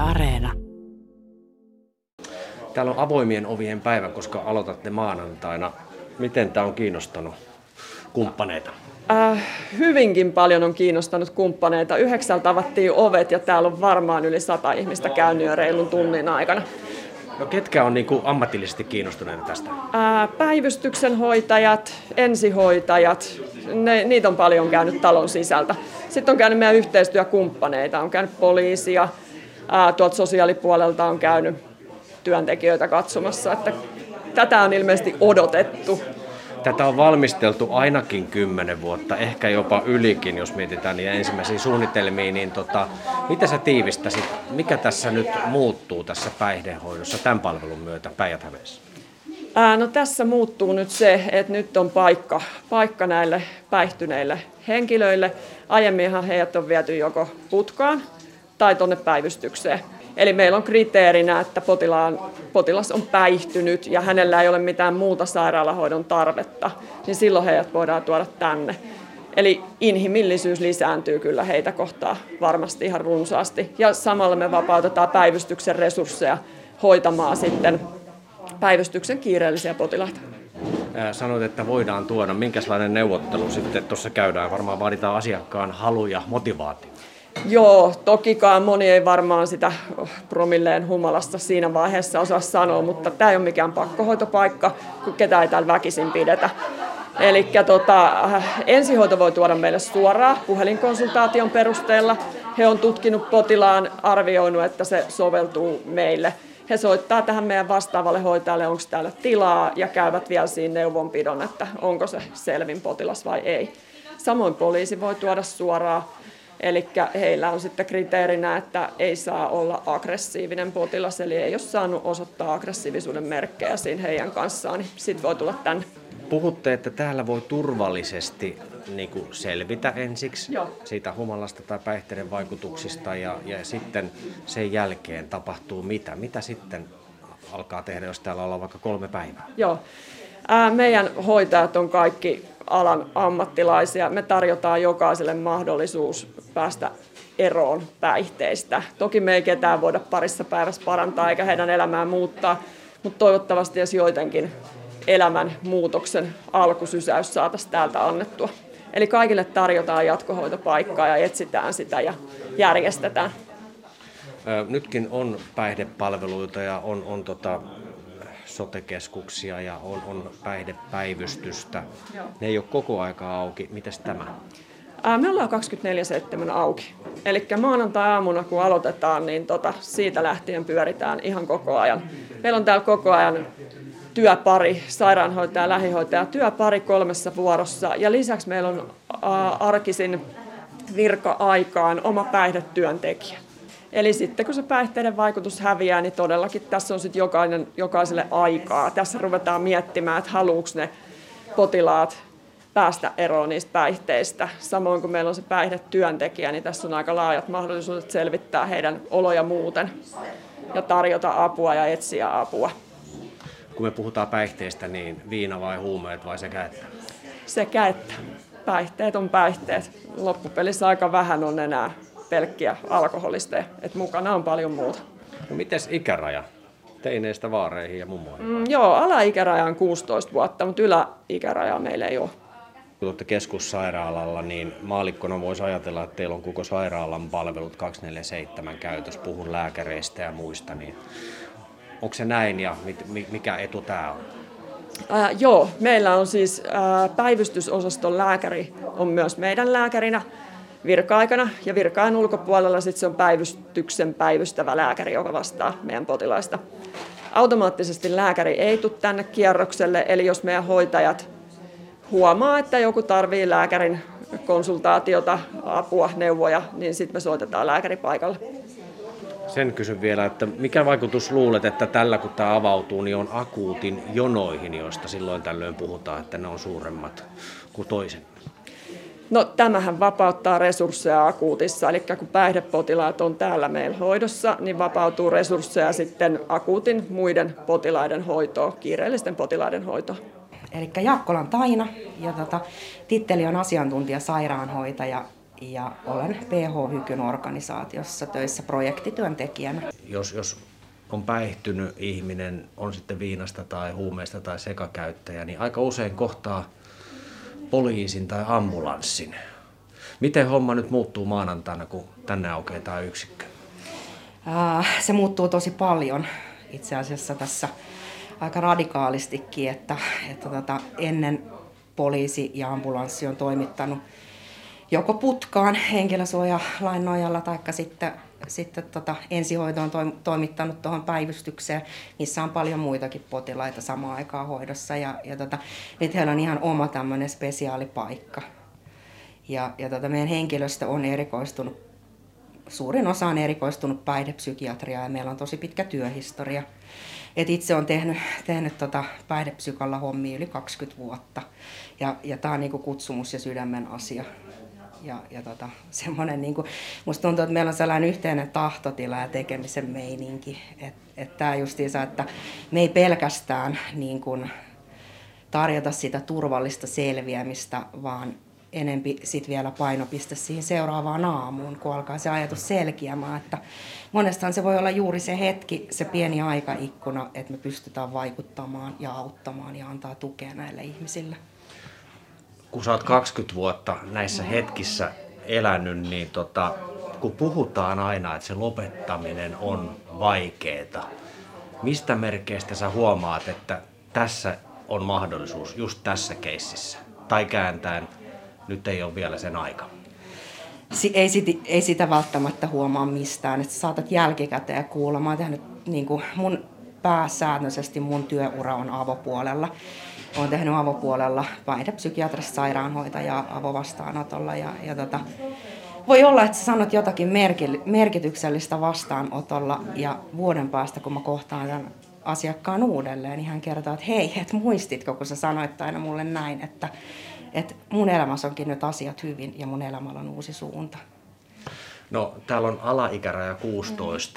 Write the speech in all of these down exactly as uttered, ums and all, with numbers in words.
Areena. Täällä on avoimien ovien päivä, koska aloitatte maanantaina. Miten tämä on kiinnostanut kumppaneita? Äh, hyvinkin paljon on kiinnostanut kumppaneita. Yhdeksältä avattiin ovet ja täällä on varmaan yli sata ihmistä käynyt jo reilun tunnin aikana. No ketkä on niin kuin ammatillisesti kiinnostuneita tästä? Äh, päivystyksen hoitajat, ensihoitajat, ne, niitä on paljon käynyt talon sisältä. Sitten on käynyt meidän yhteistyökumppaneita, on käynyt poliisia, äh, tuolta sosiaalipuolelta on käynyt työntekijöitä katsomassa, että tätä on ilmeisesti odotettu. Tätä on valmisteltu ainakin kymmenen vuotta, ehkä jopa ylikin, jos mietitään niitä ensimmäisiä suunnitelmia. Niin tota, mitä sä tiivistäsit, mikä tässä nyt muuttuu tässä päihdehoidossa tämän palvelun myötä Päijät-Hämeessä? Ää, no tässä muuttuu nyt se, että nyt on paikka, paikka näille päihtyneille henkilöille. Aiemminhan heidät on viety joko putkaan tai tuonne päivystykseen. Eli meillä on kriteerinä, että potilaan, potilas on päihtynyt ja hänellä ei ole mitään muuta sairaalahoidon tarvetta, niin silloin heidät voidaan tuoda tänne. Eli inhimillisyys lisääntyy kyllä heitä kohtaan varmasti ihan runsaasti. Ja samalla me vapautetaan päivystyksen resursseja hoitamaan sitten päivystyksen kiireellisiä potilaita. Sanoit, että voidaan tuoda. Minkälainen neuvottelu sitten tuossa käydään? Varmaan vaaditaan asiakkaan halu ja motivaatio. Joo, tokikaan moni ei varmaan sitä promilleen humalasta siinä vaiheessa osaa sanoa, mutta tämä ei ole mikään pakkohoitopaikka, kun ketään ei täällä väkisin pidetä. Eli tota, ensihoito voi tuoda meille suoraan puhelinkonsultaation perusteella. He on tutkinut potilaan, arvioinut, että se soveltuu meille. He soittaa tähän meidän vastaavalle hoitajalle, onko täällä tilaa, ja käyvät vielä siinä neuvonpidon, että onko se selvin potilas vai ei. Samoin poliisi voi tuoda suoraan. Eli heillä on sitten kriteerinä, että ei saa olla aggressiivinen potilas, eli ei ole saanut osoittaa aggressiivisuuden merkkejä siinä heidän kanssaan, niin sitten voi tulla tänne. Puhutte, että täällä voi turvallisesti niin kuin selvitä ensiksi Joo. siitä humalasta tai päihteiden vaikutuksista ja, ja sitten sen jälkeen tapahtuu mitä? Mitä sitten alkaa tehdä, jos täällä ollaan vaikka kolme päivää? Joo. Ää, meidän hoitajat on kaikki alan ammattilaisia. Me tarjotaan jokaiselle mahdollisuus päästä eroon päihteistä. Toki me ei ketään voida parissa päivässä parantaa eikä heidän elämää muuttaa, mutta toivottavasti jos joidenkin elämän muutoksen alkusysäys saataisiin täältä annettua. Eli kaikille tarjotaan jatkohoitopaikkaa ja etsitään sitä ja järjestetään. Nytkin on päihdepalveluita ja on, on tota, sote-keskuksia ja on, on päihdepäivystystä. Joo. Ne ei ole koko aikaa auki. Mites tämä? Ää, me ollaan kaksikymmentäneljä seitsemän auki. Eli maanantai-aamuna kun aloitetaan, niin tota, siitä lähtien pyöritään ihan koko ajan. Meillä on täällä koko ajan työpari, sairaanhoitaja, lähihoitaja, työpari kolmessa vuorossa. Ja lisäksi meillä on ää, arkisin virka-aikaan oma päihdetyöntekijä. Eli sitten kun se päihteiden vaikutus häviää, niin todellakin tässä on sitten jokainen, jokaiselle aikaa. Tässä ruvetaan miettimään, että haluuko ne potilaat päästä eroon niistä päihteistä. Samoin kuin meillä on se päihdetyöntekijä, niin tässä on aika laajat mahdollisuudet selvittää heidän oloja muuten ja tarjota apua ja etsiä apua. Kun me puhutaan päihteistä, niin viina vai huumeet vai sekä että? Sekä että. Päihteet on päihteet. Loppupelissä aika vähän on enää pelkkiä alkoholisteja, että mukana on paljon muuta. No mites ikäraja? Teineistä vaareihin ja mummoihin? Mm, joo, alaikäraja on kuusitoista vuotta, mutta yläikäraja meillä ei ole. Kun olette keskussairaalalla, niin maallikkona voisi ajatella, että teillä on koko sairaalan palvelut kaksikymmentäneljä seitsemän käytössä. Puhun lääkäreistä ja muista. Niin onko se näin ja mit, mikä etu tämä on? Ää, joo, meillä on siis ää, päivystysosaston lääkäri on myös meidän lääkärinä virka-aikana ja virka-ajan ulkopuolella sit se on päivystyksen päivystävä lääkäri, joka vastaa meidän potilaista. Automaattisesti lääkäri ei tule tänne kierrokselle, eli jos meidän hoitajat huomaa, että joku tarvitsee lääkärin konsultaatiota, apua, neuvoja, niin sitten me soitetaan lääkäri paikalle. Sen kysyn vielä, että mikä vaikutus luulet, että tällä kun tämä avautuu, niin on akuutin jonoihin, joista silloin tällöin puhutaan, että ne on suuremmat kuin toiset? No tämähän vapauttaa resursseja akuutissa, eli kun päihdepotilaat on täällä meillä hoidossa, niin vapautuu resursseja sitten akuutin muiden potilaiden hoitoon, kiireellisten potilaiden hoitoon. Eli Jaakkolan Taina ja tota, titteli on asiantuntija sairaanhoitaja ja olen P H-Hykyn organisaatiossa töissä projektityöntekijänä. Jos, jos on päihtynyt ihminen, on sitten viinasta tai huumeista tai sekakäyttäjä, niin aika usein kohtaa poliisin tai ambulanssin. Miten homma nyt muuttuu maanantaina, kun tänne aukeaa tämä yksikkö? Se muuttuu tosi paljon itse asiassa tässä aika radikaalistikin, että, että tota, ennen poliisi ja ambulanssi on toimittanut joko putkaan henkilösuojalain nojalla tai sitten, sitten tota, ensihoito on toimittanut tuohon päivystykseen, missä on paljon muitakin potilaita samaan aikaan hoidossa. Ja, ja tota, nyt heillä on ihan oma tämmöinen spesiaalipaikka. Ja, ja tota, meidän henkilöstö on erikoistunut, suurin osa on erikoistunut päihdepsykiatriaan ja meillä on tosi pitkä työhistoria. Et itse olen tehnyt, tehnyt tota päihdepsykalla hommia yli kaksikymmentä vuotta ja, ja tämä on niinku kutsumus ja sydämen asia. Ja, ja tota, semmoinen, niinku, musta tuntuu, että meillä on sellainen yhteinen tahtotila ja tekemisen meininki. Että et tämä justiinsa, että me ei pelkästään niin kuin tarjota sitä turvallista selviämistä, vaan enempi sit vielä painopiste siihen seuraavaan aamuun, kun alkaa se ajatus selkeämään, että monestahan se voi olla juuri se hetki, se pieni aikaikkuna, että me pystytään vaikuttamaan ja auttamaan ja antaa tukea näille ihmisille. Kun sä oot kaksikymmentä vuotta näissä hetkissä elänyt, niin tota, kun puhutaan aina, että se lopettaminen on vaikeeta, mistä merkeistä sä huomaat, että tässä on mahdollisuus just tässä keississä? Tai kääntäen, nyt ei ole vielä sen aika. Ei, sit, ei sitä välttämättä huomaa mistään, että saatat jälkikäteen kuulla. Mä oon tehnyt niin kuin mun pääsäännöllisesti mun työura on avopuolella. Olen tehnyt avopuolella päihdepsykiatrista sairaanhoitajaa avovastaanotolla. Ja, ja tota, voi olla, että sä sanot jotakin merkityksellistä vastaanotolla ja vuoden päästä, kun mä kohtaan tämän asiakkaan uudelleen, niin hän kertoo, että hei, et muistitko, kun sä sanoit aina mulle näin, että, että mun elämässä onkin nyt asiat hyvin ja mun elämällä on uusi suunta. No, täällä on alaikäraja kuusitoista.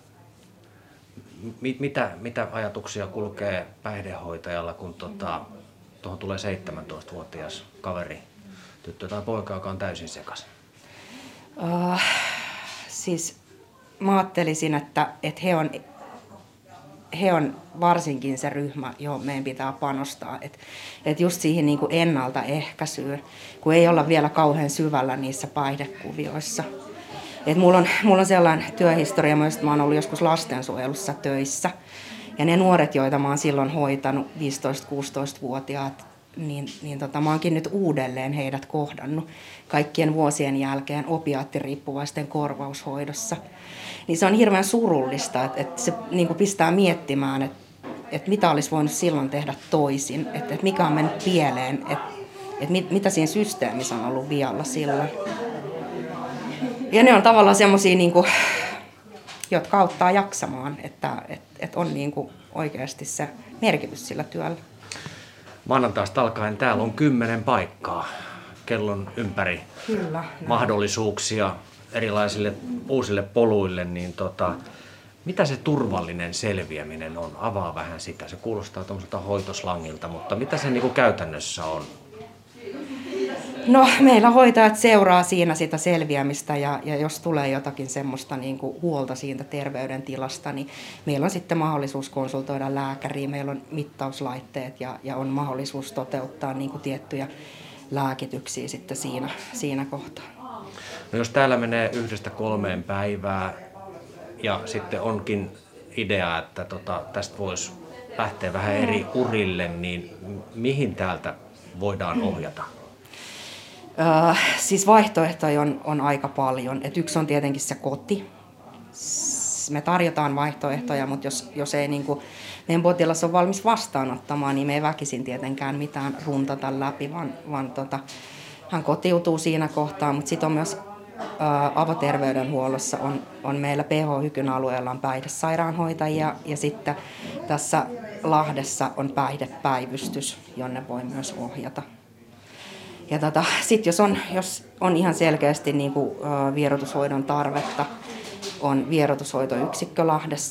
Mitä, mitä ajatuksia kulkee päihdehoitajalla, kun tuota, tuohon tulee seitsemäntoistavuotias kaveri, tyttö tai poika, joka on täysin sekaisin? Uh, siis mä ajattelisin, että, että he, on, he on varsinkin se ryhmä, johon meidän pitää panostaa. Että et just siihen niin kuin ennaltaehkäisyyn, kun ei olla vielä kauhean syvällä niissä päihdekuvioissa. Et mulla, on, mulla on sellainen työhistoria myös, että mä oon ollut joskus lastensuojelussa töissä. Ja ne nuoret, joita mä oon silloin hoitanut, viisitoista-kuusitoistavuotiaat, niin, niin tota, mä oonkin nyt uudelleen heidät kohdannut kaikkien vuosien jälkeen opiaattiriippuvaisten korvaushoidossa. Niin se on hirveän surullista, että, että se niin kuin pistää miettimään, että, että mitä olisi voinut silloin tehdä toisin, että, että mikä on mennyt pieleen, että, että mit, mitä siinä systeemissä on ollut vialla silloin. Ja ne on tavallaan semmoisia, niin kuin, jotka auttaa jaksamaan, että, että, että on niin kuin oikeasti se merkitys sillä työllä. Maanantaista alkaen täällä on kymmenen paikkaa kellon ympäri. Kyllä, mahdollisuuksia erilaisille uusille poluille. Niin tota, mitä se turvallinen selviäminen on? Avaa vähän sitä. Se kuulostaa tuommoiselta hoitoslangilta, mutta mitä se niin kuin käytännössä on? No, meillä hoitajat seuraa siinä sitä selviämistä ja, ja jos tulee jotakin semmoista niin kuin huolta siitä terveydentilasta, niin meillä on sitten mahdollisuus konsultoida lääkäriä, meillä on mittauslaitteet ja, ja on mahdollisuus toteuttaa niin kuin tiettyjä lääkityksiä sitten siinä, siinä kohtaa. No jos täällä menee yhdestä kolmeen päivää ja sitten onkin idea, että tota, tästä voisi lähteä vähän eri urille, niin mihin täältä voidaan ohjata? Öö, siis vaihtoehtoja on, on aika paljon. Et yksi on tietenkin se koti. Me tarjotaan vaihtoehtoja, mutta jos, jos ei niin kuin, meidän potilas on valmis vastaanottamaan, niin me ei väkisin tietenkään mitään runtata läpi, vaan, vaan tota, hän kotiutuu siinä kohtaa. Mutta sitten on myös ö, avoterveydenhuollossa on, on meillä P H-Hykyn alueella on päihdesairaanhoitajia ja sitten tässä Lahdessa on päihdepäivystys, jonne voi myös ohjata. Ja tota, sitten jos on, jos on ihan selkeästi niin kuin, ö, vierotushoidon tarvetta, on vierotushoitoyksikkö Lahdessa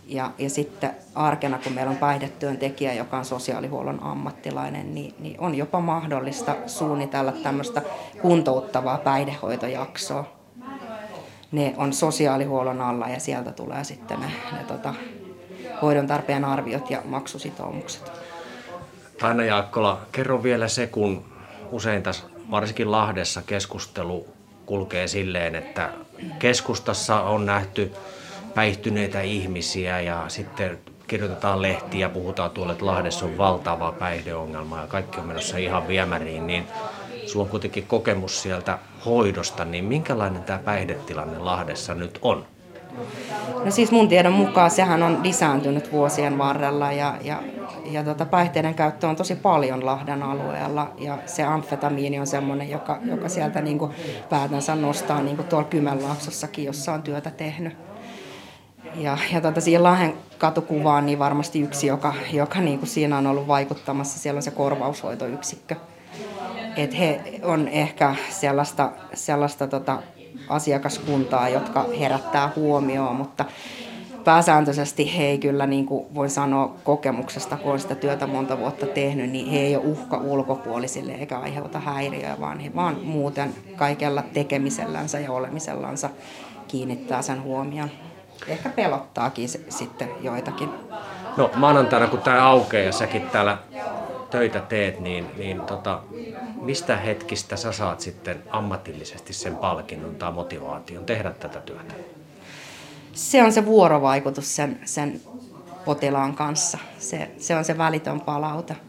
Ja, ja sitten arkena, kun meillä on päihdetyöntekijä, joka on sosiaalihuollon ammattilainen, niin, niin on jopa mahdollista suunnitella tämmöistä kuntouttavaa päihdehoitojaksoa. Ne on sosiaalihuollon alla ja sieltä tulee sitten ne, ne tota, hoidon tarpeen arviot ja maksusitoumukset. Taina Jaakkola, kerro vielä se, kun usein tässä, varsinkin Lahdessa, keskustelu kulkee silleen, että keskustassa on nähty päihtyneitä ihmisiä ja sitten kirjoitetaan lehtiä ja puhutaan tuolla, että Lahdessa on valtava päihdeongelma ja kaikki on menossa ihan viemäriin, niin sulla on kuitenkin kokemus sieltä hoidosta, niin minkälainen tämä päihdetilanne Lahdessa nyt on? No siis mun tiedon mukaan sehän on lisääntynyt vuosien varrella ja, ja, ja tota, päihteiden käyttö on tosi paljon Lahden alueella ja se amfetamiini on semmoinen, joka, joka sieltä niin kuin päätänsä nostaa niin kuin tuolla Kymenlaaksossakin, jossa on työtä tehnyt. Ja, ja tota, siihen Lahden katukuvaan niin varmasti yksi, joka, joka niin kuin siinä on ollut vaikuttamassa, siellä on se korvaushoitoyksikkö. Et he on ehkä sellaista, sellaista tota, asiakaskuntaa, jotka herättää huomioon, mutta pääsääntöisesti he ei kyllä, niin kuin voi sanoa kokemuksesta, kun on sitä työtä monta vuotta tehnyt, niin he ei ole uhka ulkopuolisille eikä aiheuta häiriöä, vaan he vaan muuten kaikella tekemisellänsä ja olemisellansa kiinnittää sen huomioon. Ehkä pelottaakin se, sitten joitakin. No maanantaina, kun tämä aukeaa ja säkin täällä töitä teet, niin, niin tota, mistä hetkistä sä saat sitten ammatillisesti sen palkinnon tai motivaation tehdä tätä työtä? Se on se vuorovaikutus sen, sen potilaan kanssa. Se, se on se välitön palaute.